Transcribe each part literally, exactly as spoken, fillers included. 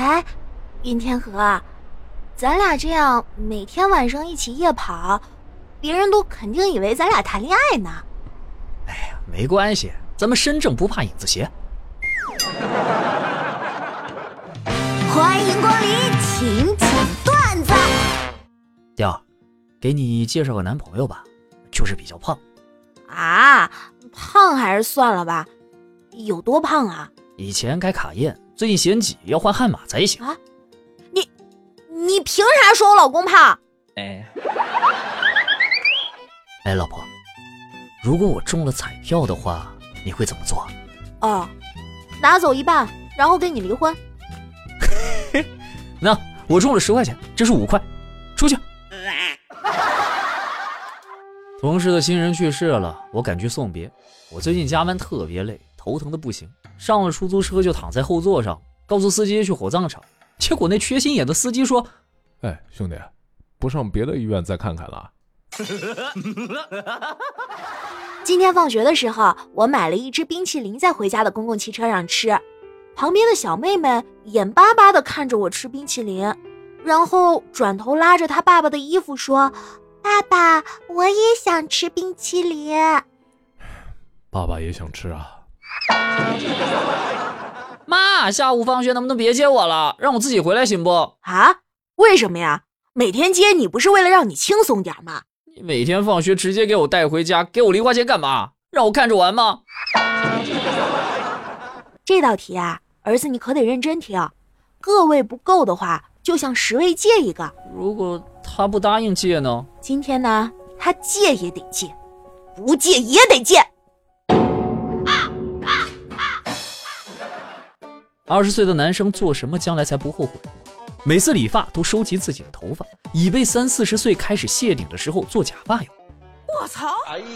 哎，云天河，咱俩这样每天晚上一起夜跑，别人都肯定以为咱俩谈恋爱呢。 哎呀，没关系，咱们身正不怕影子斜。 欢迎光临请讲段子。 调，给你介绍个男朋友吧，就是比较胖。 啊，胖还是算了吧。有多胖啊？ 以前开卡宴，最近嫌挤，要换悍马才行。 啊，你你凭啥说我老公胖？ 哎，哎，老婆，如果我中了彩票的话，你会怎么做？ 哦，拿走一半，然后跟你离婚。 那我中了十块钱，这是五块，出去。同事的亲人去世了，我赶去送别。我最近加班特别累，头疼的不行，上了出租车就躺在后座上，告诉司机去火葬场。结果那缺心眼的司机说： 哎，兄弟，不上别的医院再看看了？ 今天放学的时候，我买了一只冰淇淋在回家的公共汽车上吃，旁边的小妹妹眼巴巴地看着我吃冰淇淋，然后转头拉着她爸爸的衣服说：爸爸，我也想吃冰淇淋。 爸爸也想吃啊。 妈，下午放学能不能别接我了，让我自己回来行不？ 啊？为什么呀？每天接你不是为了让你轻松点吗？ 你每天放学直接给我带回家，给我零花钱干嘛？让我看着玩吗？ 这道题啊，儿子你可得认真听，个位不够的话就向十位借一个。 如果他不答应借呢？ 今天呢，他借也得借，不借也得借。 二十岁的男生做什么将来才不后悔？每次理发都收集自己的头发，以备三四十岁开始谢顶的时候做假发用。 我操！ 哎呀，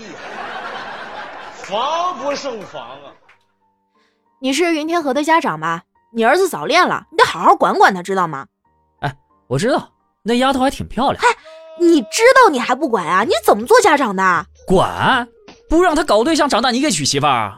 防不胜防啊！ 你是云天河的家长吧？你儿子早恋了，你得好好管管他，知道吗？ 哎，我知道，那丫头还挺漂亮。 哎，你知道你还不管啊？你怎么做家长的？ 管？不让他搞对象长大，你给娶媳妇儿？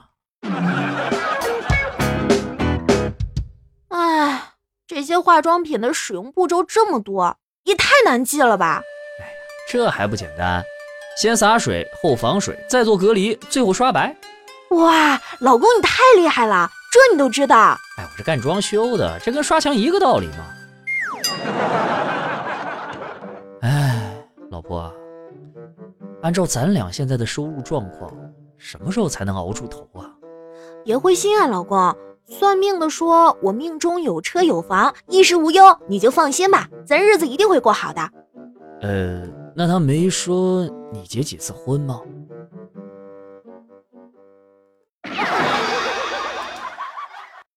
哎，这些化妆品的使用步骤这么多，也太难记了吧？ 哎呀，这还不简单？先洒水，后防水，再做隔离，最后刷白。 哇，老公你太厉害了，这你都知道？ 哎，我是干装修的，这跟刷墙一个道理嘛。哎，老婆，按照咱俩现在的收入状况，什么时候才能熬出头啊？ 别灰心啊，老公。算命的说我命中有车有房，衣食无忧，你就放心吧，咱日子一定会过好的。 呃，那他没说你结几次婚吗？